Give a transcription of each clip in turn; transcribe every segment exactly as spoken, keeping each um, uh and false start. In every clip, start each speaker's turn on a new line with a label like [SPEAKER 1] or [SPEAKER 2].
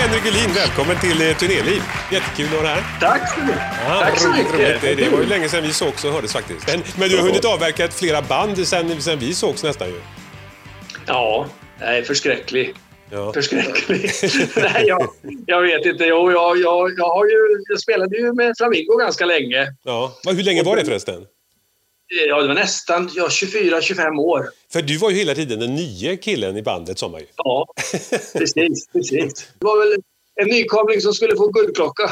[SPEAKER 1] Henrik Uhlin, välkommen till eh, Turnéliv. Jättekul att ha dig här.
[SPEAKER 2] Tack så mycket.
[SPEAKER 1] Ja,
[SPEAKER 2] Tack så
[SPEAKER 1] roligt,
[SPEAKER 2] mycket.
[SPEAKER 1] roligt. Det, det var ju länge sedan vi sågs och hördes faktiskt. Men, men du har hunnit avverka flera band sen, sen vi sågs nästan ju.
[SPEAKER 2] Ja, jag är förskräcklig.
[SPEAKER 1] Ja.
[SPEAKER 2] Förskräcklig. Nej, jag, jag vet inte. Jag, jag, jag, jag, har ju, jag spelade ju med Flamingo ganska länge.
[SPEAKER 1] Ja. Hur länge var det förresten?
[SPEAKER 2] Ja, det var nästan ja, tjugofyra tjugofem år.
[SPEAKER 1] För du var ju hela tiden den nya killen i bandet, som man ju.
[SPEAKER 2] Ja, precis, precis. Det var väl en nykomling som skulle få guldklocka.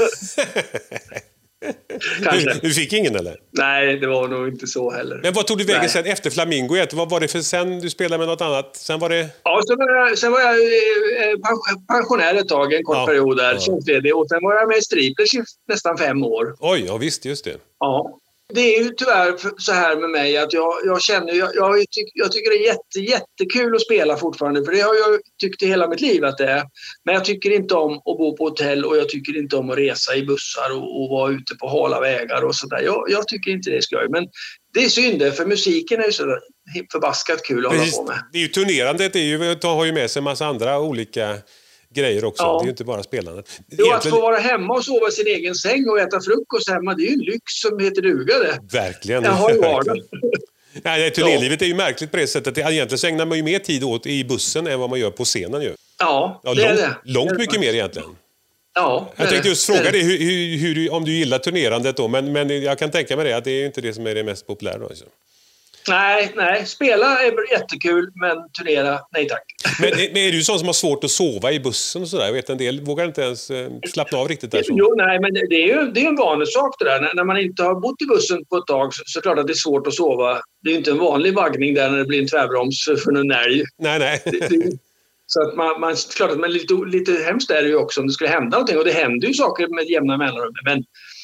[SPEAKER 1] Kanske. Du, du fick ingen, eller?
[SPEAKER 2] Nej, det var nog inte så heller.
[SPEAKER 1] Men vad tog du vägen
[SPEAKER 2] Nej.
[SPEAKER 1] sen efter Flamingo? Vad var det för sen du spelade med något annat? Sen var det...
[SPEAKER 2] Ja, sen var jag, sen var jag eh, pensionär ett tag, en kort
[SPEAKER 1] ja,
[SPEAKER 2] period där.
[SPEAKER 1] Ja.
[SPEAKER 2] Och sen var jag med i Striplers i nästan fem år.
[SPEAKER 1] Oj, ja visst, just det.
[SPEAKER 2] Ja. Det är ju tyvärr så här med mig att jag, jag känner, jag, jag, tyck, jag tycker det är jätte, jättekul att spela fortfarande, för det har jag tyckt i hela mitt liv att det är. Men jag tycker inte om att bo på hotell och jag tycker inte om att resa i bussar och, och vara ute på hala vägar och sådär. Jag, jag tycker inte det är skoj, men det är synd, för musiken är ju så förbaskat kul att
[SPEAKER 1] Precis.
[SPEAKER 2] hålla på med.
[SPEAKER 1] Det är ju turnerandet, det är ju, har ju med sig en massa andra olika grejer också. Ja. Det är ju inte bara spelandet.
[SPEAKER 2] Jo, att få vara hemma och sova i sin egen säng och äta frukost hemma, det är ju en lyx som heter duga det.
[SPEAKER 1] Verkligen.
[SPEAKER 2] Jag har ju vardag.
[SPEAKER 1] Nej, turnélivet är ju märkligt på det sättet. Egentligen så ägnar man ju mer tid åt i bussen än vad man gör på scenen ju.
[SPEAKER 2] Ja,
[SPEAKER 1] ja
[SPEAKER 2] det
[SPEAKER 1] långt,
[SPEAKER 2] är det.
[SPEAKER 1] Långt
[SPEAKER 2] det är
[SPEAKER 1] mycket
[SPEAKER 2] det.
[SPEAKER 1] mer egentligen.
[SPEAKER 2] Ja,
[SPEAKER 1] jag tänkte just fråga
[SPEAKER 2] det.
[SPEAKER 1] dig hur, hur, hur, om du gillar turnerandet då, men, men jag kan tänka mig det att det är ju inte det som är det mest populära då. Alltså.
[SPEAKER 2] Nej, nej. Spela är jättekul, men turnera, nej tack.
[SPEAKER 1] Men, men är du sån som har svårt att sova i bussen och sådär? Jag vet en del vågar inte ens eh, slappna av riktigt där. Så.
[SPEAKER 2] Jo, nej, men det är ju det är en vanlig sak det där. När, när man inte har bott i bussen på ett tag så, så är det klart att det är svårt att sova. Det är ju inte en vanlig vaggning där när det blir en tvärbroms för en älg.
[SPEAKER 1] Nej, nej.
[SPEAKER 2] Det, det, så att man, man, klart att man lite, lite hemskt är det ju också om det skulle hända någonting. Och det händer ju saker med jämna mellanrum. Men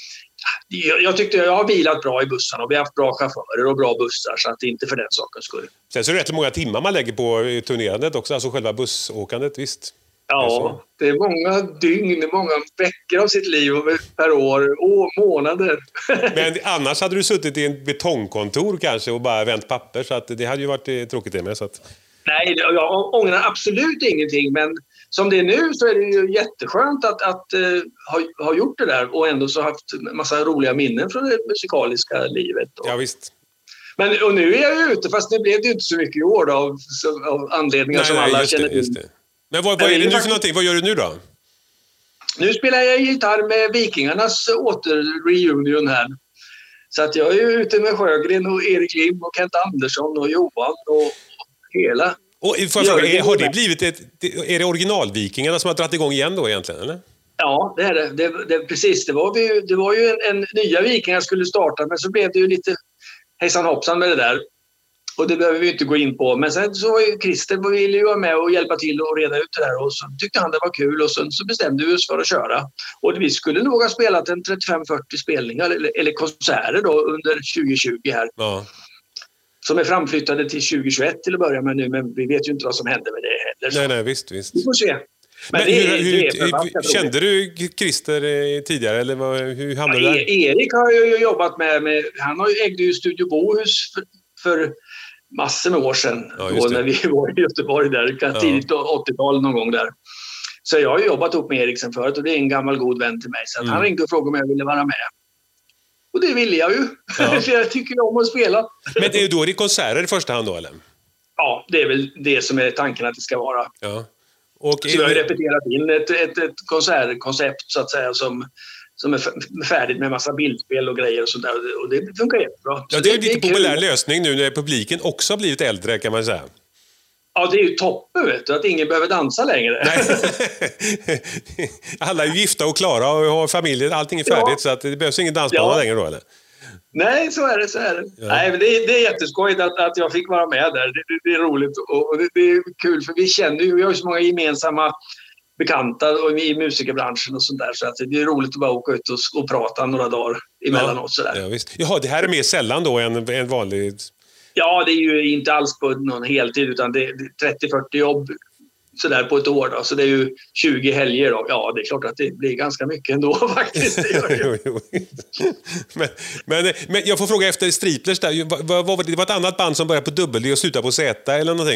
[SPEAKER 2] Jag, jag tyckte jag har vilat bra i bussarna och vi har haft bra chaufförer och bra bussar, så att det inte för den sakens skull.
[SPEAKER 1] Sen så är det rätt många timmar man lägger på turnerandet också, alltså själva bussåkandet, visst?
[SPEAKER 2] Ja, det är många dygn, många veckor av sitt liv per år, och månader.
[SPEAKER 1] Men annars hade du suttit i en betongkontor kanske och bara vänt papper, så att det hade ju varit tråkigt det med. Så att...
[SPEAKER 2] Nej, jag ångrar absolut ingenting, men som det är nu så är det ju jätteskönt att, att uh, ha, ha gjort det där och ändå så haft en massa roliga minnen från det musikaliska livet. Och...
[SPEAKER 1] Ja, visst.
[SPEAKER 2] Men och nu är jag ju ute, fast det blev det ju inte så mycket i år då, av, av anledningar nej, som alla
[SPEAKER 1] nej,
[SPEAKER 2] känner
[SPEAKER 1] det, just det. Men vad, vad är det nu för någonting? Vad gör du nu då?
[SPEAKER 2] Nu spelar jag gitarr med Vikingarnas åter-reunion här. Så att jag är ju ute med Sjögren och Erik Lim och Kent Andersson och Johan och hela.
[SPEAKER 1] Och får jag fråga, har det blivit ett, är det originalvikingarna som har dragit igång igen då egentligen, eller?
[SPEAKER 2] Ja, det är det. det, det precis, det var, vi, det var ju en, en nya vikingar skulle starta, men så blev det ju lite hejsan hoppsan med det där. Och det behöver vi inte gå in på. Men sen så var ju Christer ville ju vara med och hjälpa till och reda ut det där. Och så tyckte han det var kul och sen så bestämde vi oss för att köra. Och vi skulle nog ha spelat en trettiofem fyrtio spelningar eller, eller konserter då under tjugo tjugo här. Ja. Som är framflyttade till tjugo tjugoett till att börja med nu, men vi vet ju inte vad som hände med det heller. Så.
[SPEAKER 1] Nej, nej, visst, visst.
[SPEAKER 2] Vi får se. Men,
[SPEAKER 1] men
[SPEAKER 2] det,
[SPEAKER 1] hur,
[SPEAKER 2] det,
[SPEAKER 1] hur,
[SPEAKER 2] det
[SPEAKER 1] hur, kände du Christer tidigare, eller vad, hur hamnade
[SPEAKER 2] ja,
[SPEAKER 1] du där?
[SPEAKER 2] Erik har ju jobbat med, med han har ju ägde ju Studio Bohus för, för massor med år sedan, ja, då, när vi var i Göteborg där, tidigt ja. åttiotal någon gång där. Så jag har ju jobbat upp med Erik sen förut och det är en gammal god vän till mig. Så mm. han ringde och frågade om jag ville vara med. Och det ville jag ju. Ja. För jag tycker om att spela.
[SPEAKER 1] Men det är då det konserter i första hand då, eller?
[SPEAKER 2] Ja, det är väl det som är tanken att det ska vara.
[SPEAKER 1] Ja. Och
[SPEAKER 2] så jag har repeterat in ett, ett, ett konsertkoncept så att säga som... som är färdigt med massa bildspel och grejer och sånt där. Och det funkar jättebra.
[SPEAKER 1] Ja, det är en lite populär lösning nu när publiken också har blivit äldre, kan man säga.
[SPEAKER 2] Ja, det är ju toppen, vet du, att ingen behöver dansa längre. Nej.
[SPEAKER 1] Alla är ju gifta och klara och har familjer, allting är färdigt, ja. Så att det behövs ingen dansbana ja. längre då, eller?
[SPEAKER 2] Nej, så är det, så är det. Ja. Nej, men det, är, det är jätteskojigt att, att jag fick vara med där. Det, det, det är roligt och, och det, det är kul, för vi känner ju, vi har ju så många gemensamma bekanta och i musikerbranschen och sånt där, så att det är roligt att bara åka ut och, och prata några dagar emellanåt sådär.
[SPEAKER 1] Ja, visst. Jaha, det här är mer sällan då än en vanlig...
[SPEAKER 2] Ja, det är ju inte alls på någon heltid utan det är trettio fyrtio jobb sådär på ett år då. Så det är ju tjugo helger då. Ja, det är klart att det blir ganska mycket ändå faktiskt. Det gör det.
[SPEAKER 1] men, men, men jag får fråga efter Striplers där. Vad, vad var det? Det var ett annat band som började på W och slutade på Z eller någonting?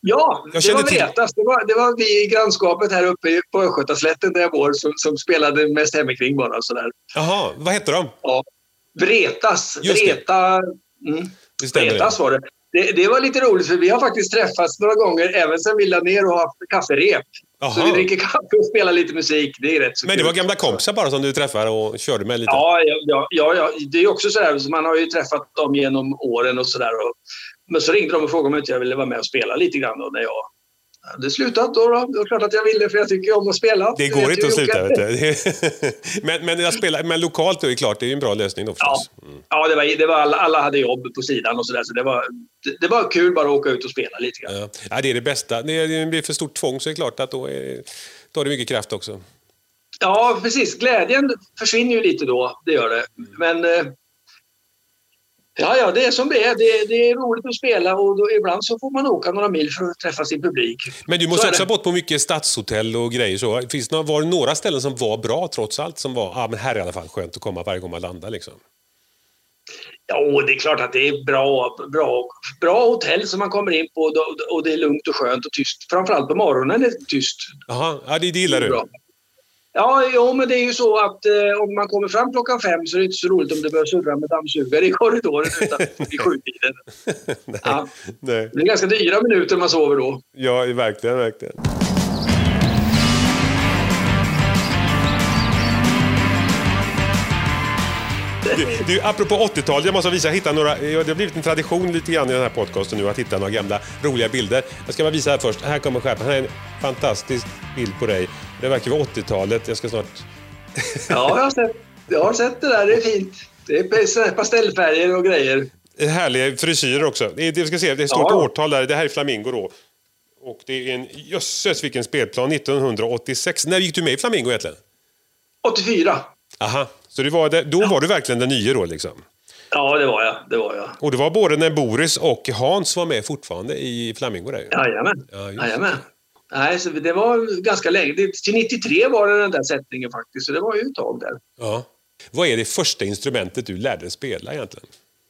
[SPEAKER 2] Ja,
[SPEAKER 1] Jag
[SPEAKER 2] det var
[SPEAKER 1] kände till-
[SPEAKER 2] Vretas. Det var, det var vi i grannskapet här uppe i- på Östgötaslätten där jag bor som, som spelade mest hemikring bara. och Sådär.
[SPEAKER 1] Jaha, vad hette de?
[SPEAKER 2] Ja. Vretas.
[SPEAKER 1] Just det.
[SPEAKER 2] Vreta, mm.
[SPEAKER 1] Det stämmer.
[SPEAKER 2] Vretas var det. det. Det var lite roligt för vi har faktiskt träffats några gånger även sen vi la ner och haft kafferep.
[SPEAKER 1] Jaha.
[SPEAKER 2] Så vi dricker kaffe och spelar lite musik. Det är rätt så
[SPEAKER 1] Men det
[SPEAKER 2] kul.
[SPEAKER 1] var gamla kompisar bara som du träffade och körde med lite?
[SPEAKER 2] Ja, ja, ja, ja, det är också så här. Så man har ju träffat dem genom åren och sådär. Men så ringde de och frågade om inte jag ville vara med och spela lite grann då, när jag hade slutat. Då, då. Det var klart att jag ville, för jag tycker om att spela.
[SPEAKER 1] Det går inte att sluta, vet du. men, men, jag spelar, men lokalt är det klart, det är ju en bra lösning då
[SPEAKER 2] Ja,
[SPEAKER 1] förstås. Mm.
[SPEAKER 2] ja det var, det var alla, alla hade jobb på sidan och sådär. Så det var, det, det var kul bara att åka ut och spela lite grann.
[SPEAKER 1] Ja. Ja, det är det bästa. När det blir för stort tvång så är det klart att då är, då är det mycket kraft också.
[SPEAKER 2] Ja, precis. Glädjen försvinner ju lite då, det gör det. Men eh, ja, ja, det är som det är. Det, det är roligt att spela och då, ibland så får man åka några mil för att träffa sin publik.
[SPEAKER 1] Men du
[SPEAKER 2] Så
[SPEAKER 1] måste
[SPEAKER 2] är
[SPEAKER 1] också
[SPEAKER 2] det.
[SPEAKER 1] ha bott på mycket stadshotell och grejer. Så. Finns det, några- var det några ställen som var bra trots allt? Som var, ja men här är i alla fall skönt att komma varje gång man landar liksom.
[SPEAKER 2] Ja, det är klart att det är bra, bra, bra hotell som man kommer in på och, och det är lugnt och skönt och tyst. Framförallt på morgonen är det tyst.
[SPEAKER 1] Jaha, ja, det, det gillar du.
[SPEAKER 2] Bra. Ja, jo, men det är ju så att eh, om man kommer fram klockan fem så är det inte så roligt om det börjar surra med dammsugare i korridoren utan i sjutiden.
[SPEAKER 1] Nej,
[SPEAKER 2] Ja.
[SPEAKER 1] nej.
[SPEAKER 2] Det är ganska dyra minuter man sover då.
[SPEAKER 1] Ja, verkligen, verkligen. Du, du, apropå åttiotalet, jag måste visa, hitta några, det har blivit en tradition lite grann i den här podcasten nu att hitta några gamla roliga bilder. Jag ska bara visa här först, här kommer skärpan, här är en fantastisk bild på dig. Det verkar vara åttiotalet, jag ska snart...
[SPEAKER 2] Ja, jag har sett, jag har sett det där, det är fint. Det är pastellfärger och grejer.
[SPEAKER 1] Härliga frisyrer också. Det är, det ska se, det står ett
[SPEAKER 2] Ja.
[SPEAKER 1] årtal där, det här är Flamingo då. Och det är en, jösses vilken spelplan, nittonhundraåttiosex. När gick du med i Flamingo egentligen?
[SPEAKER 2] åttiofyra.
[SPEAKER 1] Aha, så det var det, då var du verkligen den nya då liksom?
[SPEAKER 2] Ja, det var jag. Det var jag.
[SPEAKER 1] Och det var både när Boris och Hans var med fortfarande i Flamingo där.
[SPEAKER 2] Jajamän.
[SPEAKER 1] Ja, just
[SPEAKER 2] Jajamän. Nej, så det var ganska länge. Det, till nittiotre var det den där sättningen faktiskt, så det var ju ett tag där.
[SPEAKER 1] Ja. Vad är det första instrumentet du lärde dig spela egentligen?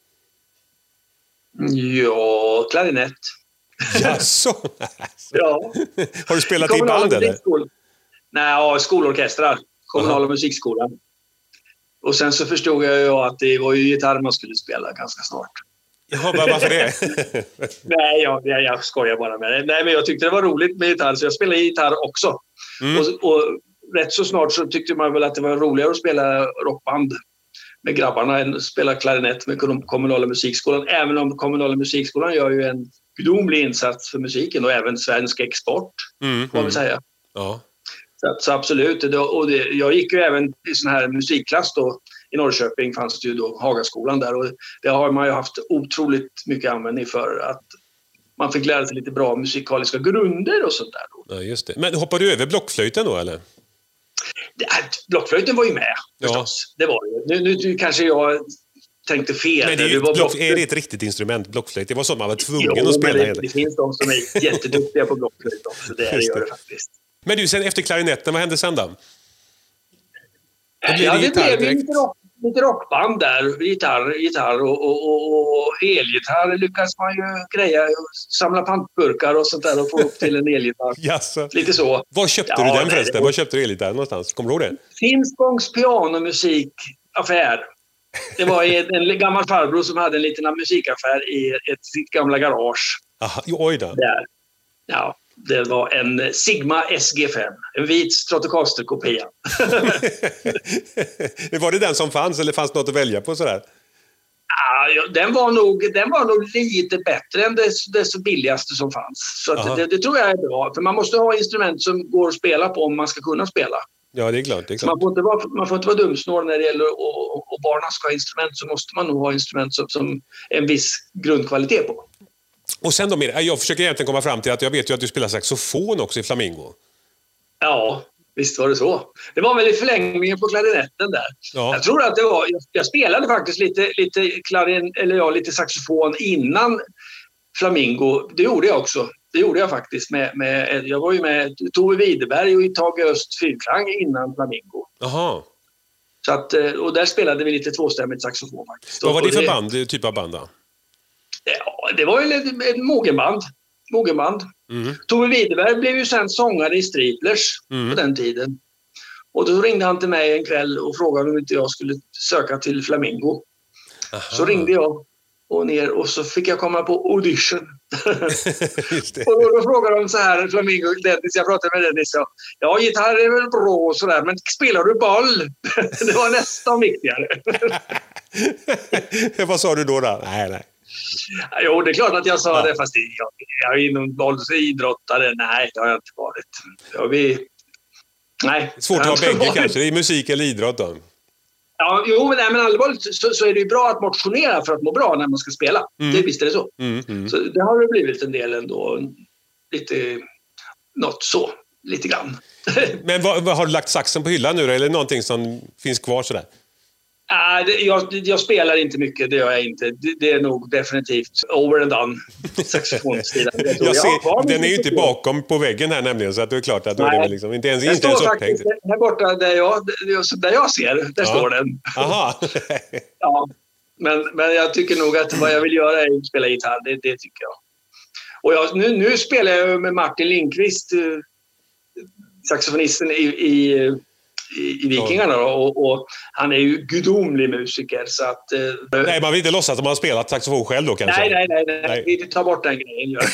[SPEAKER 2] Ja, klarinett.
[SPEAKER 1] Jaså?
[SPEAKER 2] Ja.
[SPEAKER 1] Har du spelat i
[SPEAKER 2] Kommunala
[SPEAKER 1] band eller?
[SPEAKER 2] musikskol- Nej, ja, skolorkestrar. Kommunala musikskolan. Och sen så förstod jag ju att det var ju gitarr man skulle spela ganska snart.
[SPEAKER 1] Jaha, var- varför det?
[SPEAKER 2] Nej, jag, jag, jag skojar bara med det. Nej, men jag tyckte det var roligt med gitarr, så jag spelade gitarr också.
[SPEAKER 1] Mm.
[SPEAKER 2] Och, och rätt så snart så tyckte man väl att det var roligare att spela rockband med grabbarna än att spela klarinett med kom- kommunala musikskolan. Även om kommunala musikskolan gör ju en gudomlig insats för musiken och även svensk export,
[SPEAKER 1] Mm,
[SPEAKER 2] får man
[SPEAKER 1] mm.
[SPEAKER 2] säga.
[SPEAKER 1] Ja.
[SPEAKER 2] Så, så absolut. Det, och det, jag gick ju även i sån här musikklass då. I Norrköping fanns det ju då Hagaskolan där och det har man ju haft otroligt mycket användning för att man fick lära sig lite bra musikaliska grunder och sånt där då.
[SPEAKER 1] Ja, just det. Men hoppade du över blockflöjten då eller?
[SPEAKER 2] Det, blockflöjten var ju med förstås. Det var det. Nu, nu kanske jag tänkte fel.
[SPEAKER 1] Men det är, ju,
[SPEAKER 2] det var
[SPEAKER 1] block, är det ett riktigt instrument, blockflöjt? Det var sånt man var tvungen
[SPEAKER 2] jo,
[SPEAKER 1] att spela.
[SPEAKER 2] men
[SPEAKER 1] hela.
[SPEAKER 2] det, det finns de som är jätteduktiga på blockflöjt också. Det, det
[SPEAKER 1] Just
[SPEAKER 2] gör
[SPEAKER 1] det.
[SPEAKER 2] det faktiskt.
[SPEAKER 1] Men du, sen efter klarinetten, vad hände sen då? Det blir
[SPEAKER 2] Ja, det
[SPEAKER 1] gitarr
[SPEAKER 2] blev ju
[SPEAKER 1] direkt.
[SPEAKER 2] lite, rock, lite rockband där. Gitarr, gitarr och, och, och, och elgitarr lyckas man ju greja. Samla pantburkar och sånt där och få upp till en elgitarr.
[SPEAKER 1] Jaså.
[SPEAKER 2] Lite så.
[SPEAKER 1] Var köpte
[SPEAKER 2] Ja,
[SPEAKER 1] du den
[SPEAKER 2] nej,
[SPEAKER 1] förresten?
[SPEAKER 2] det-
[SPEAKER 1] Var köpte du elgitarren någonstans? Kommer du ihåg det?
[SPEAKER 2] Finspångs pianomusikaffär. Det var en, en gammal farbror som hade en liten musikaffär i ett, sitt gamla garage.
[SPEAKER 1] Aha, jo, oj då.
[SPEAKER 2] Där. Ja, det var en Sigma S G fem. En vit Stratocaster-kopia.
[SPEAKER 1] Var det den som fanns eller fanns något att välja på sådär?
[SPEAKER 2] Ja, ja, den, var nog, den var nog lite bättre än det, det så billigaste som fanns. Så
[SPEAKER 1] Aha.
[SPEAKER 2] att det, det tror jag är bra. För man måste ha instrument som går att spela på om man ska kunna spela.
[SPEAKER 1] Ja, det är klart. Det är
[SPEAKER 2] Så man,
[SPEAKER 1] klart.
[SPEAKER 2] får inte vara, man får inte vara dumsnål när det gäller och, och, och barnen ska ha instrument, så måste man nog ha instrument som, som en viss grundkvalitet på.
[SPEAKER 1] Och sen då, mer, jag försöker egentligen komma fram till att jag vet ju att du spelar saxofon också i Flamingo.
[SPEAKER 2] Ja, visst var det så. Det var väl i förlängningen på klarinetten där.
[SPEAKER 1] Ja.
[SPEAKER 2] Jag tror att det var, jag, jag spelade faktiskt lite, lite, klarin, eller ja, lite saxofon innan Flamingo. Det gjorde jag också. Det gjorde jag faktiskt. Med, med, jag var ju med Tove Widerberg och i Tage Öst fyrklang innan Flamingo.
[SPEAKER 1] Jaha.
[SPEAKER 2] Så att, och där spelade vi lite tvåstämmigt saxofon faktiskt.
[SPEAKER 1] Vad var det
[SPEAKER 2] Och
[SPEAKER 1] för band, typ av band då?
[SPEAKER 2] Ja, det var ju ett, ett mogenband. mogenband. Mm. Tove Widerberg blev ju sen sångare i Striplers mm. på den tiden. Och då ringde han till mig en kväll och frågade om inte jag skulle söka till Flamingo. Aha. Så ringde jag och ner och så fick jag komma på audition. Just det. Och då, då frågade de så här, Flamingo, Dennis, jag pratade med Dennis, ja, ja gitarr är väl bra och sådär, men spelar du boll? Det var nästan viktigare.
[SPEAKER 1] Vad sa du då då? Nej, nej.
[SPEAKER 2] Jo, det är klart att jag sa ja. det, fast jag, jag är inom bollidrottare. Nej, det har jag inte varit. Jag vi, nej.
[SPEAKER 1] Svårt att ha bägge kanske, det är musik eller idrott då?
[SPEAKER 2] Ja, jo, men, nej, men allvarligt så, så är det ju bra att motionera för att må bra när man ska spela. Mm. Det visst är det så. Mm, mm. Så det har det blivit en del ändå. Lite, något så, lite grann.
[SPEAKER 1] Men vad, vad, har du lagt saxen på hyllan nu då? Eller någonting som finns kvar sådär?
[SPEAKER 2] Nej, det, jag, jag spelar inte mycket, det gör jag inte. Det, det är nog definitivt over and done. Saxofonstilen. Jag
[SPEAKER 1] jag ser, den är ju inte bakom på väggen här nämligen, så att det är klart att då är det liksom inte ens, inte ens upphängt.
[SPEAKER 2] Här borta där jag, där jag ser, där ja. står den.
[SPEAKER 1] Aha.
[SPEAKER 2] Ja, men, men jag tycker nog att vad jag vill göra är att spela gitarr, det, det tycker jag. Och jag, nu, nu spelar jag med Martin Lindqvist, saxofonisten i... i i Vikingarna då, och, och han är ju gudomlig musiker så att... Eh,
[SPEAKER 1] nej, man vill inte låtsas att man har spelat saxofon själv då kanske?
[SPEAKER 2] Nej, nej, nej, nej. nej. Vi tar bort den grejen. Jag,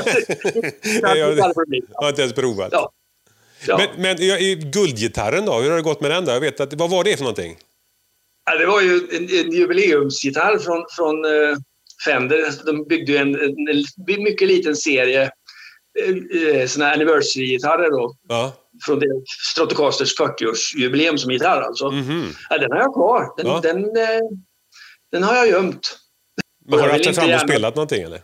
[SPEAKER 1] jag, jag har inte ens provat. Ja. Ja. Men, men i guldgitarren då, hur har det gått med den då? Jag vet att, vad var det för någonting?
[SPEAKER 2] Ja, det var ju en, en jubileumsgitarr från, från uh, Fender. De byggde ju en, en, en mycket liten serie uh, såna anniversary-gitarrer då. Ja. Från det Stratocasters fyrtioårsjubileum som gitarr alltså. Mm-hmm. Ja, den har jag kvar. Den, ja. den, den, den har jag gömt.
[SPEAKER 1] Men har du haft fram och spelat någonting eller?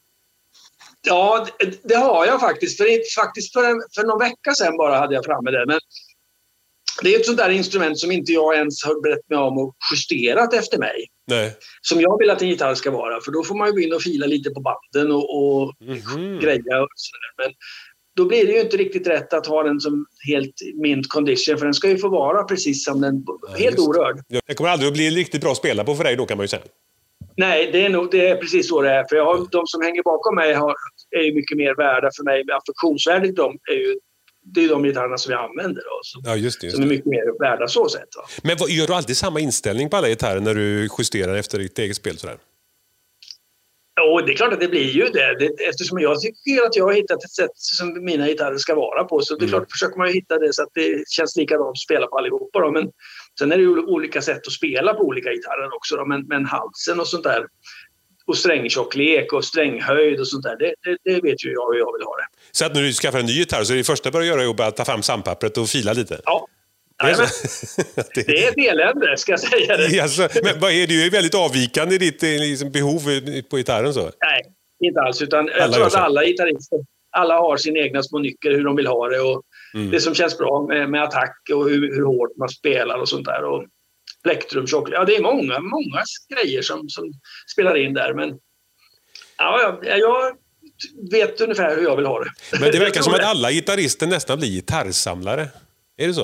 [SPEAKER 2] Ja, det, det har jag faktiskt. För, faktiskt för, en, för någon vecka sedan bara hade jag framme det. Men det är ett sånt där instrument som inte jag ens har berättat mig om och justerat efter mig. Nej. Som jag vill att en gitarr ska vara. För då får man ju gå in och fila lite på banden och, och mm-hmm. greja och sådär. Men då blir det ju inte riktigt rätt att ha den som helt mint condition, för den ska ju få vara precis som den, ja, helt orörd.
[SPEAKER 1] Det kommer aldrig att bli riktigt bra att spela på för dig då, kan man ju säga.
[SPEAKER 2] Nej, det är, nog, det är precis så det är. För jag har, de som hänger bakom mig har, är ju mycket mer värda för mig. Affektionsvärdigt de är ju, det är de gitarrerna som jag använder då, som, ja, just det, just som är mycket mer värda så sätt. Va?
[SPEAKER 1] Men vad, gör du alltid samma inställning på alla gitarrer när du justerar efter ditt eget spel sådär?
[SPEAKER 2] Ja, det är klart att det blir ju det. det. Eftersom jag tycker att jag har hittat ett sätt som mina gitarrer ska vara på. Så det är klart, mm. försöker man ju hitta det så att det känns likadant att spela på allihopa. Då. Men sen är det ju olika sätt att spela på olika gitarrer också. Då. Men, men halsen och sånt där. Och strängtjocklek och stränghöjd och sånt där. Det, det, det vet ju jag hur jag vill ha det.
[SPEAKER 1] Så att när du skaffar en ny gitarr så är det första börja göra är att ta fram sandpappret och fila lite?
[SPEAKER 2] Ja. Nej, men, det... det är ett elände, ska jag säga det.
[SPEAKER 1] Alltså, men vad är det ju väldigt avvikande i ditt liksom, behov på gitarren så?
[SPEAKER 2] Nej, inte alls. Utan alla jag tror att alla gitarrister, alla har sin egna små nyckel hur de vill ha det. Och mm. det som känns bra med, med attack och hur, hur hårt man spelar och sånt där. Och plektrum, tjocklek. Ja, det är många, många grejer som, som spelar in där. Men ja, jag, jag vet ungefär hur jag vill ha det.
[SPEAKER 1] Men det verkar som att alla gitarrister nästan blir gitarrsamlare. Är det så?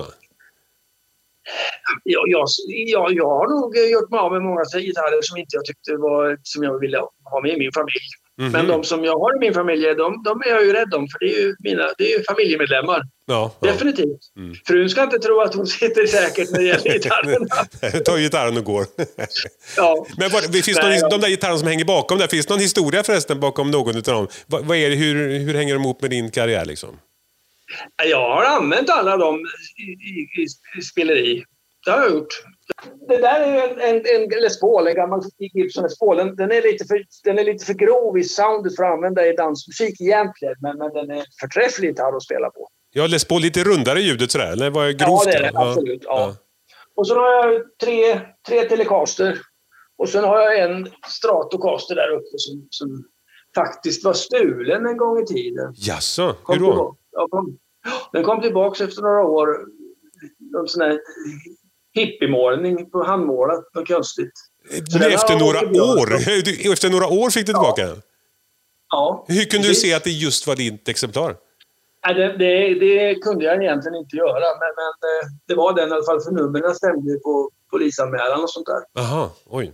[SPEAKER 2] Jag, jag, jag, jag har nog gjort mig av med många gitarrer som inte jag tyckte var som jag ville ha med i min familj. Mm-hmm. Men de som jag har i min familj, de, de är jag ju rädd om, för det är ju, mina, det är ju familjemedlemmar. Ja, ja. Definitivt. Mm. Frun ska inte tro att hon sitter säkert när det gäller gitarrerna.
[SPEAKER 1] Ta gitarren och går.
[SPEAKER 2] Ja.
[SPEAKER 1] Men vad, finns Nej, någon, de där gitarrerna som hänger bakom där, finns det någon historia förresten bakom någon av dem? Vad, vad är det, hur, hur hänger de ihop med din karriär liksom?
[SPEAKER 2] Jag har använt alla dem i, i, i speleri. Det har jag gjort. Det där är en, en, en Les Paul, en gammal Gibson Les Paul. Den, den, är lite för, den är lite för grov i soundet för att använda i dansmusik egentligen. Men, men den är förträfflig gitarr att spela på.
[SPEAKER 1] Ja, Les Paul lite rundare ljudet sådär. Eller var det grovt?
[SPEAKER 2] Ja, det är det. Absolut. Ja. Ja. Och så har jag tre, tre Telecaster. Och sen har jag en Stratocaster där uppe som, som faktiskt var stulen en gång i tiden.
[SPEAKER 1] Jaså, hur då?
[SPEAKER 2] Ja, kom, den kom tillbaka efter några år. En sån här hippiemålning på handmålat och konstigt.
[SPEAKER 1] Efter några år? Efter några år fick du tillbaka den?
[SPEAKER 2] Ja.
[SPEAKER 1] Hur kunde du se att det just var ditt exemplar?
[SPEAKER 2] Nej, det, det, det kunde jag egentligen inte göra. Men, men det var den i alla fall, för numren stämde på polisanmälan och sånt där.
[SPEAKER 1] Aha, oj.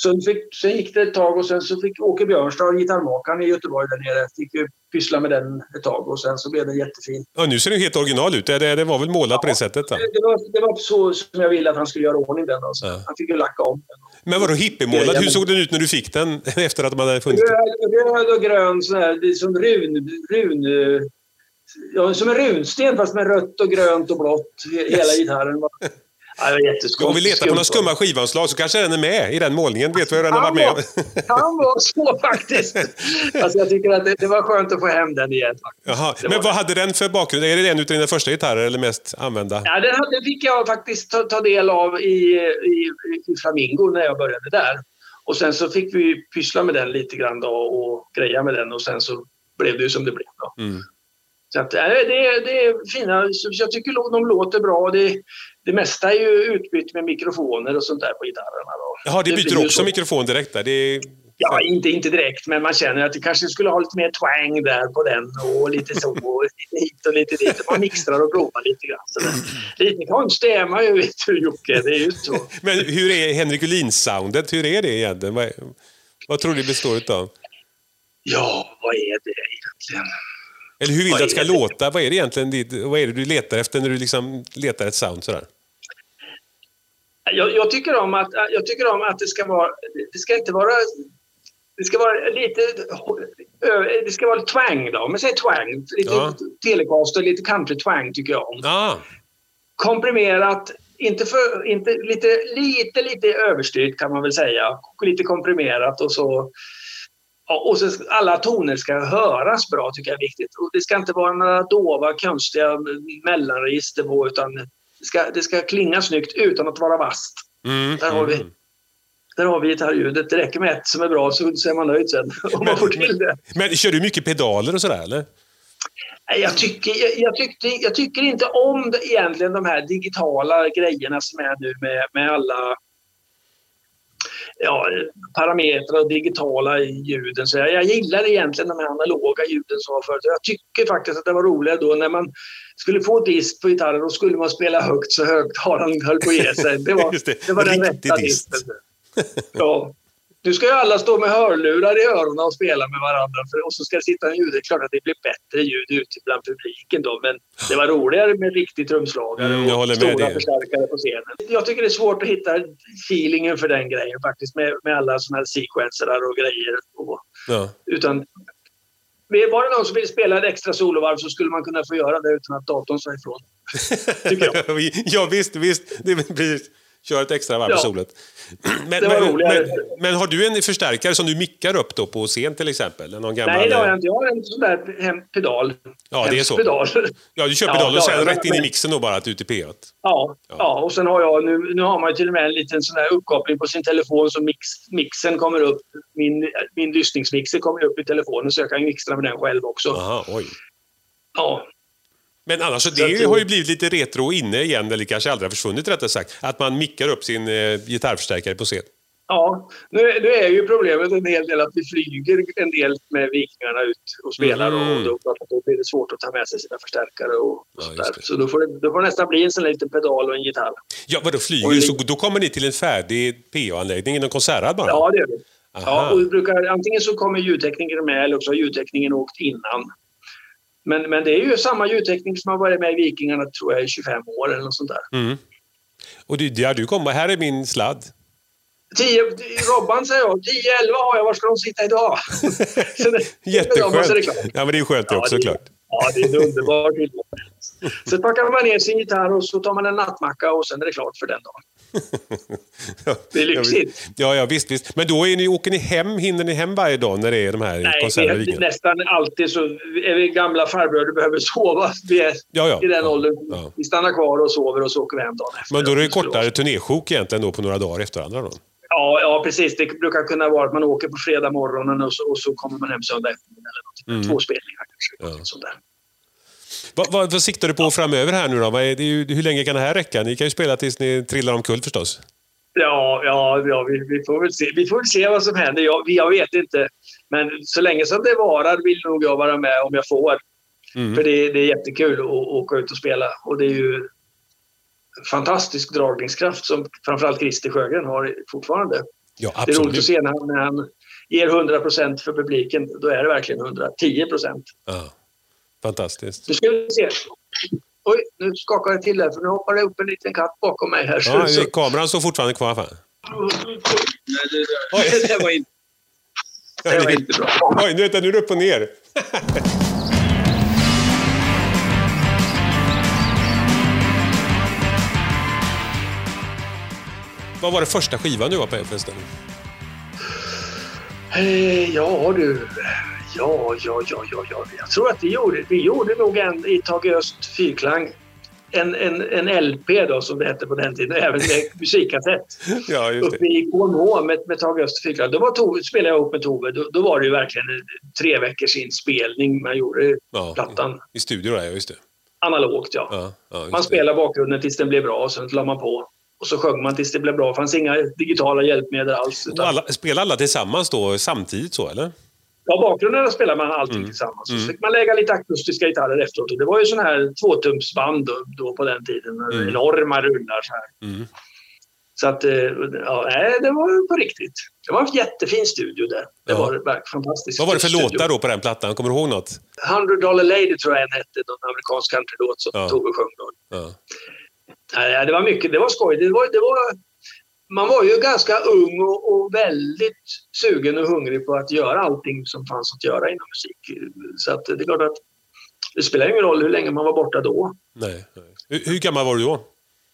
[SPEAKER 2] Sen, fick, sen gick det ett tag och sen så fick Åke Björnstad, gitarrmakaren i Göteborg där nere, fick ju pyssla med den ett tag och sen så blev det jättefint.
[SPEAKER 1] Ja, nu ser det helt original ut. Det, det var väl målat ja, på det sättet då?
[SPEAKER 2] Det, det, var, det var så som jag ville att han skulle göra ordning den. Alltså. Ja. Han fick ju lacka om den.
[SPEAKER 1] Men var det hippiemålad? Hur såg den ut när du fick den efter att man hade funnit den?
[SPEAKER 2] Röd och grön, sån här, som run... run ja, som en runsten fast med rött och grönt och blått. Hela yes. gitarren var... Ja, det var jätteskumt.
[SPEAKER 1] Om vi letar på några skumma skivanslag så kanske den är med i den målningen. Vet du vad den har varit med om?
[SPEAKER 2] Han var så faktiskt. Alltså jag tycker att det, det var skönt att få hem den igen.
[SPEAKER 1] Jaha. Men vad det. hade den för bakgrund? Är det en av dina första gitarrer eller mest använda?
[SPEAKER 2] Ja, den, hade, den fick jag faktiskt ta, ta del av i, i, i Flamingo när jag började där. Och sen så fick vi pyssla med den lite grann då och greja med den och sen så blev det ju som det blev då. Mm. Så att, det, det är fina, jag tycker de låter bra. Det, det mesta är ju utbytt med mikrofoner och sånt där på gitarrerna. Då.
[SPEAKER 1] Jaha, det, det byter också så. mikrofon direkt där? Det är...
[SPEAKER 2] Ja, inte, inte direkt, men man känner att det kanske skulle ha lite mer twang där på den och lite så, och lite hit och lite dit. Man mixtrar och provar lite grann. Så det, lite konstigt är man ju, vet du, Jocke, det är ju så.
[SPEAKER 1] Men hur är Henrik Uhlin-soundet? Hur är det egentligen? Vad, vad tror du det består av?
[SPEAKER 2] Ja, vad är det egentligen?
[SPEAKER 1] Eller hur vill du att det ska låta? Vad är det egentligen? Vad är det du letar efter när du liksom letar ett sound sådär?
[SPEAKER 2] Jag, jag, tycker om att, jag tycker om att det ska vara... Det ska inte vara... Det ska vara lite... Det ska vara lite twang då. Men säg twang. Lite ja. Telecaster, lite country twang tycker jag om.
[SPEAKER 1] Ja.
[SPEAKER 2] Komprimerat. Inte för... Inte, lite, lite, lite överstyrt kan man väl säga. Lite komprimerat och så... Och så alla toner ska höras bra tycker jag är viktigt. Och det ska inte vara några dova, konstiga mellanregister på utan det ska, det ska klinga snyggt utan att vara vasst. Mm, där, har vi, mm. där har vi gitarrljudet. Det räcker med ett som är bra så är man nöjd sen. Om man får till det.
[SPEAKER 1] Men, men kör du mycket pedaler och sådär eller?
[SPEAKER 2] Jag tycker, jag, jag, tyckte, jag tycker inte om det, egentligen de här digitala grejerna som är nu med, med alla... Ja, parametrar och digitala ljuden. Så jag, jag gillar egentligen de här analoga ljuden som var förut. Jag tycker faktiskt att det var roligare då när man skulle få dist på gitarren och skulle man spela högt så högt har han höll på att ge sig. Det var, det. Det var den rätta disten. Ja. Nu ska ju alla stå med hörlurar i öronen och spela med varandra för, och så ska det sitta en ljud. Det är klart att det blir bättre ljud ute bland publiken då, men det var roligare med riktig trumslagare mm, och stora förstärkare på scenen. Jag tycker det är svårt att hitta feelingen för den grejen faktiskt med, med alla såna här sequencer och grejer. Och, ja. Utan var det någon som vill spela ett extra solovarv så skulle man kunna få göra det utan att datorn sa ifrån. Tycker jag.
[SPEAKER 1] Ja visst, visst. Det blir... Kör ett extra varv på ja. solet. Men,
[SPEAKER 2] men,
[SPEAKER 1] men, men har du en förstärkare som du mickar upp då på scen till exempel? Någon gammal...
[SPEAKER 2] Nej, det har jag inte. Jag har en sån där pedal.
[SPEAKER 1] Ja, det är så.
[SPEAKER 2] Pedal.
[SPEAKER 1] Ja, du kör pedal ja, och sen ja, rätt in i mixen då bara att ut i P åtta.
[SPEAKER 2] Ja, ja. ja, och sen har jag, nu, nu har man ju till och med en liten sån här uppkoppling på sin telefon så mix, mixen kommer upp, min, min lyssningsmixer kommer upp i telefonen så jag kan mixtra med den själv också.
[SPEAKER 1] Aha, oj.
[SPEAKER 2] Ja.
[SPEAKER 1] Men annars, så det så har ju blivit lite retro inne igen, eller kanske aldrig har försvunnit rättare sagt, att man mickar upp sin eh, gitarrförstärkare på scen.
[SPEAKER 2] Ja, nu, nu är ju problemet en hel del att vi flyger en del med vikingarna ut och spelar mm. och då, då blir det svårt att ta med sig sina förstärkare och, och ja, sådär. Så då får, det, då får det nästan bli en sån liten pedal och en gitarr.
[SPEAKER 1] Ja, vadå flyger? Så då kommer ni till en färdig P A-anläggning inom konserthall bara?
[SPEAKER 2] Ja, det gör det. Ja, och vi brukar, antingen så kommer ljudtekniker med eller också har ljudtekningen åkt innan. Men, men det är ju samma ljudteknik som har varit med i Vikingarna tror jag i tjugofem år eller något sånt där. Mm.
[SPEAKER 1] Och du, ja, du kommer, här är min sladd.
[SPEAKER 2] tio, Robban säger jag, tio elva har jag, var ska de sitta idag?
[SPEAKER 1] Jätteskönt. Ja, men det är ju skönt det också,
[SPEAKER 2] ja, det,
[SPEAKER 1] klart.
[SPEAKER 2] Ja, det är underbart. Så packar man ner sin gitarr och så tar man en nattmacka och sen är det klart för den dagen. Det är lyxigt.
[SPEAKER 1] Ja, ja, visst, visst. Men då är ni, åker ni hem, hinner ni hem varje dag när det är de här konserterna?
[SPEAKER 2] Nej, nästan alltid så är vi gamla farbröder behöver sova. Vi är ja, ja. i den åldern. Ja. Vi stannar kvar och sover och så åker vi hem dagen efter.
[SPEAKER 1] Men då är det kortare turnéschok egentligen då på några dagar efter andra då?
[SPEAKER 2] Ja, ja, precis. Det brukar kunna vara att man åker på fredag morgonen och så, och så kommer man hem söndag eftermiddag eller något. Mm. Två spelningar kanske. Ja. Sånt där.
[SPEAKER 1] Vad, vad, vad siktar du på framöver här nu då? Vad är det, hur länge kan det här räcka? Ni kan ju spela tills ni trillar omkull förstås.
[SPEAKER 2] Ja, ja, ja vi, vi, får väl se. vi får väl se vad som händer. Jag, jag vet inte. Men så länge som det varar vill nog jag vara med om jag får. Mm. För det, det är jättekul att åka ut och spela. Och det är ju fantastisk dragningskraft som framförallt Christer Sjögren har fortfarande.
[SPEAKER 1] Ja,
[SPEAKER 2] det är roligt att se när han, när han ger hundra procent för publiken. Då är det verkligen hundratio procent.
[SPEAKER 1] Ja, fantastiskt.
[SPEAKER 2] Nu ska vi se. Oj, nu skakar det till här för nu hoppar det upp en liten katt bakom mig här.
[SPEAKER 1] Ja, så... kameran står fortfarande kvar. Fan.
[SPEAKER 2] Nej, det, det, det var inte, det var inte bra.
[SPEAKER 1] Oj, nu är det upp och ner. Vad var det första skivan du var på förresten?
[SPEAKER 2] Eh, ja du, ja, ja, ja, ja, ja. Jag tror att vi gjorde, vi gjorde nog en i Tage Öst fyrklang. En, en, en L P då som det hette på den tiden, även med musikkassett.
[SPEAKER 1] Ja, just det.
[SPEAKER 2] Uppe i K N H med, med Tage Öst fyrklang. Då var Tove, spelade jag ihop med Tove. Då, då var det ju verkligen tre veckors inspelning man gjorde
[SPEAKER 1] ja,
[SPEAKER 2] plattan.
[SPEAKER 1] I, i studio där, just det.
[SPEAKER 2] Analogt, ja.
[SPEAKER 1] ja, ja
[SPEAKER 2] man spelade bakgrunden tills den blev bra och sen la man på. Och så sjöng man tills det blev bra. Det fanns inga digitala hjälpmedel alls. Utan...
[SPEAKER 1] Alla, spelade alla tillsammans då samtidigt så, eller?
[SPEAKER 2] Ja, bakgrunden spelade man allting mm. tillsammans. Så mm. fick man lägga lite akustiska gitarrer efteråt. Och det var ju sån här tvåtumsband då, då på den tiden. Mm. Enorma rullar så här. Mm. Så att, ja, nej, det var på riktigt. Det var en jättefin studio där. Det ja. var verkligen fantastiskt.
[SPEAKER 1] Vad var det för
[SPEAKER 2] studio.
[SPEAKER 1] låtar då på den plattan? Kommer du ihåg något?
[SPEAKER 2] hundred dollar lady tror jag en hette. Någon amerikansk countrylåt som ja. Tove sjöng då. Ja. Nej, det var mycket. Det var skoj. Det var... Det var man var ju ganska ung och, och väldigt sugen och hungrig på att göra allting som fanns att göra inom musik. Så att det är klart att det spelar ingen roll hur länge man var borta då.
[SPEAKER 1] Nej. nej. Hur, hur gammal var du då?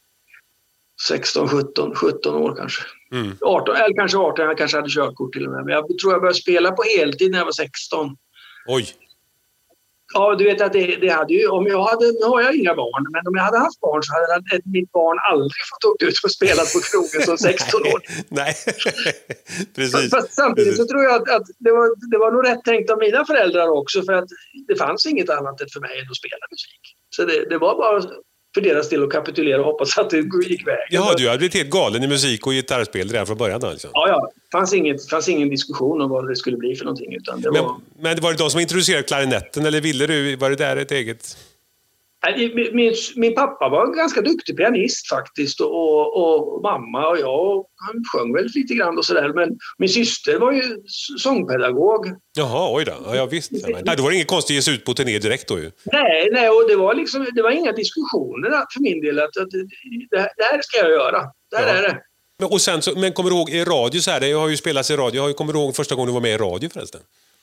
[SPEAKER 2] sexton, sjutton, sjutton år kanske. Mm. arton, eller kanske arton, jag kanske hade körkort till och med. Men jag tror jag började spela på heltid när jag var sexton.
[SPEAKER 1] Oj.
[SPEAKER 2] Ja, du vet att det, det hade ju, om jag hade, nu har jag inga barn, men om jag hade haft barn så hade ett, mitt barn aldrig fått åka ut och spela på krogen som sexton år.
[SPEAKER 1] Nej, precis.
[SPEAKER 2] Fast samtidigt
[SPEAKER 1] precis.
[SPEAKER 2] så tror jag att, att det, var, det var nog rätt tänkt av mina föräldrar också, för att det fanns inget annat än för mig än att spela musik. Så det, det var bara för deras del att kapitulera och hoppas att det gick vägen.
[SPEAKER 1] Ja, du hade blivit helt galen i musik och gitarrspel redan från början. Alltså.
[SPEAKER 2] Ja, ja. Det fanns, inget, fanns ingen diskussion om vad det skulle bli för någonting. Utan det
[SPEAKER 1] men,
[SPEAKER 2] var...
[SPEAKER 1] men var det de som introducerade klarinetten eller ville du, var det där ett eget?
[SPEAKER 2] Min, min, min pappa var en ganska duktig pianist faktiskt och, och, och mamma och jag han sjöng väl lite grann och sådär. Men min syster var ju sångpedagog.
[SPEAKER 1] Jaha, oj då. Ja, jag visste. Nej, då var det inget konstigt att ge sig ut på turné direkt då ju.
[SPEAKER 2] Nej, nej och det var liksom, det var inga diskussioner för min del att, att det, det här ska jag göra. Det här ja. är det.
[SPEAKER 1] Men, och sen så, men kommer du ihåg i radio så här, det har ju spelats i radio. Jag kommer du ihåg första gången du var med i radio förresten?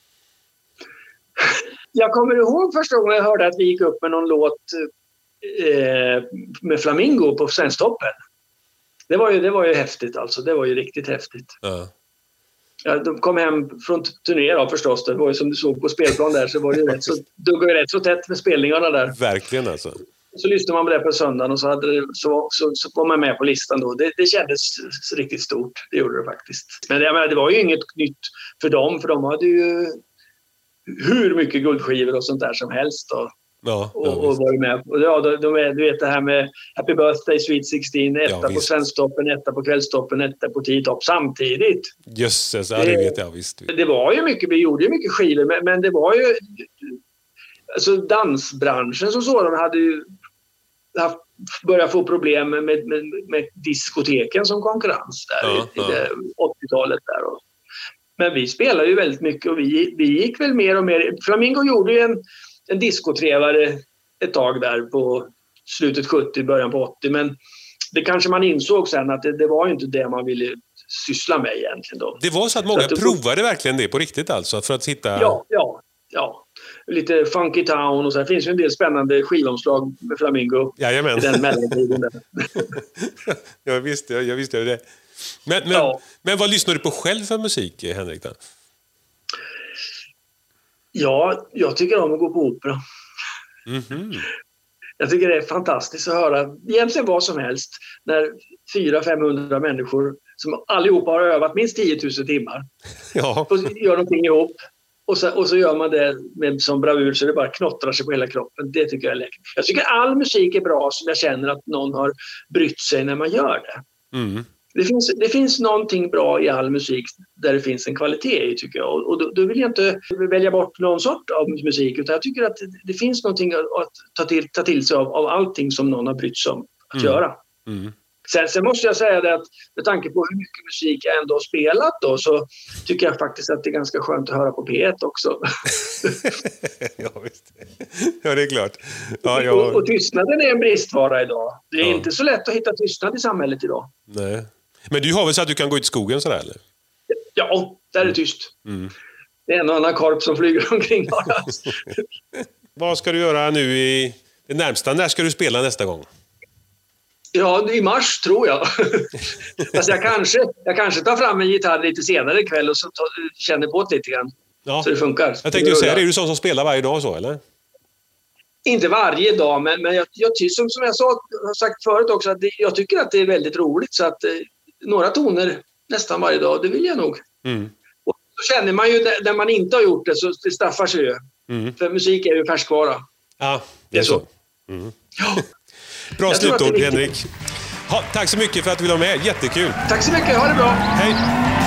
[SPEAKER 2] Jag kommer ihåg första gången jag hörde att vi gick upp med någon låt eh, med Flamingo på Svensktoppen. Det var ju, det var ju häftigt alltså. Det var ju riktigt häftigt. Ja. Ja, de kom hem från turnéer då, förstås. Det var ju som du såg på spelplan där så var det ju rätt så, duggade ju rätt så tätt med spelningarna där.
[SPEAKER 1] Verkligen alltså.
[SPEAKER 2] Så lyssnade man på det på söndagen och så, hade det, så, så, så var man med på listan då. Det, det kändes riktigt stort. Det gjorde det faktiskt. Men jag menar, det var ju inget nytt för dem. För de hade ju hur mycket guldskivor och sånt där som helst då. Ja, och, ja, och var med. Och ja, de, de är, du vet det här med Happy Birthday, Sweet sexton, etta ja, på Svensktoppen, etta på Kvällstoppen, etta på Tio-topp samtidigt.
[SPEAKER 1] Jösses, ja, det vet jag visst.
[SPEAKER 2] Det var ju mycket, vi gjorde ju mycket skivor, men, men det var ju alltså dansbranschen som sådan hade ju haft, börjat få problem med, med, med, med diskoteken som konkurrens där ja, i, i ja. åttiotalet där. Och, men vi spelade ju väldigt mycket och vi, vi gick väl mer och mer. Flamingo gjorde ju en, en diskotrevare ett tag där på slutet sjuttio, början på åttio. Men det kanske man insåg sen att det, det var ju inte det man ville syssla med egentligen då.
[SPEAKER 1] Det var så att många så att provade verkligen det på riktigt alltså för att hitta...
[SPEAKER 2] Ja, ja, ja. Lite Funky Town och så. Det finns ju en del spännande skivomslag med Flamingo.
[SPEAKER 1] Jajamän.
[SPEAKER 2] Den mellantiden där.
[SPEAKER 1] jag visste, jag visste det. Men, men, ja. men vad lyssnar du på själv för musik, Henrik? Då?
[SPEAKER 2] Ja, jag tycker om att gå på opera. Mm-hmm. Jag tycker det är fantastiskt att höra egentligen vad som helst när fyra till femhundra människor som allihopa har övat minst tio tusen timmar ja. och gör någonting ihop. Och så, och så gör man det med, som bravur så det bara knottrar sig på hela kroppen. Det tycker jag är läckert. Jag tycker all musik är bra som jag känner att någon har brytt sig när man gör det. Mm. Det finns, det finns någonting bra i all musik där det finns en kvalitet i tycker jag. Och då, då vill jag inte välja bort någon sort av musik utan jag tycker att det, det finns någonting att ta till, ta till sig av, av allting som någon har brytt sig om att mm. göra. Mm. Sen, sen måste jag säga det att med tanke på hur mycket musik jag ändå har spelat då, så tycker jag faktiskt att det är ganska skönt att höra på P ett också.
[SPEAKER 1] Ja, visst. Ja, det är klart. Ja, ja.
[SPEAKER 2] Och, och tystnaden är en bristvara idag. Det är
[SPEAKER 1] Ja.
[SPEAKER 2] inte så lätt att hitta tystnad i samhället idag.
[SPEAKER 1] Nej. Men du har väl så att du kan gå ut i skogen sådär, eller?
[SPEAKER 2] Ja, där är det tyst.
[SPEAKER 1] Mm.
[SPEAKER 2] Det är en och annan korp som flyger omkring bara.
[SPEAKER 1] Vad ska du göra nu i det närmsta? När ska du spela nästa gång?
[SPEAKER 2] Ja, i mars tror jag. Fast jag kanske, jag kanske tar fram en gitarr lite senare ikväll och så tar, känner på det lite grann.
[SPEAKER 1] Ja.
[SPEAKER 2] Så det funkar.
[SPEAKER 1] Jag tänkte ju säga, är du sån som spelar varje dag så, eller?
[SPEAKER 2] Inte varje dag, men, men jag, jag, som, som jag sa, har sagt förut också, att det, jag tycker att det är väldigt roligt. Så att eh, några toner nästan varje dag, det vill jag nog.
[SPEAKER 1] Mm.
[SPEAKER 2] Och så känner man ju när man inte har gjort det, så det straffar sig ju.
[SPEAKER 1] Mm.
[SPEAKER 2] För musik är ju färskvara.
[SPEAKER 1] Ja, det är,
[SPEAKER 2] Det är
[SPEAKER 1] så.
[SPEAKER 2] så.
[SPEAKER 1] Mm.
[SPEAKER 2] Ja.
[SPEAKER 1] Bra
[SPEAKER 2] Jag tror att det är
[SPEAKER 1] slutord,
[SPEAKER 2] viktigt.
[SPEAKER 1] Henrik. Ha, tack så mycket för att du ville vara med. Jättekul.
[SPEAKER 2] Tack så mycket, ha det bra!
[SPEAKER 1] Hej!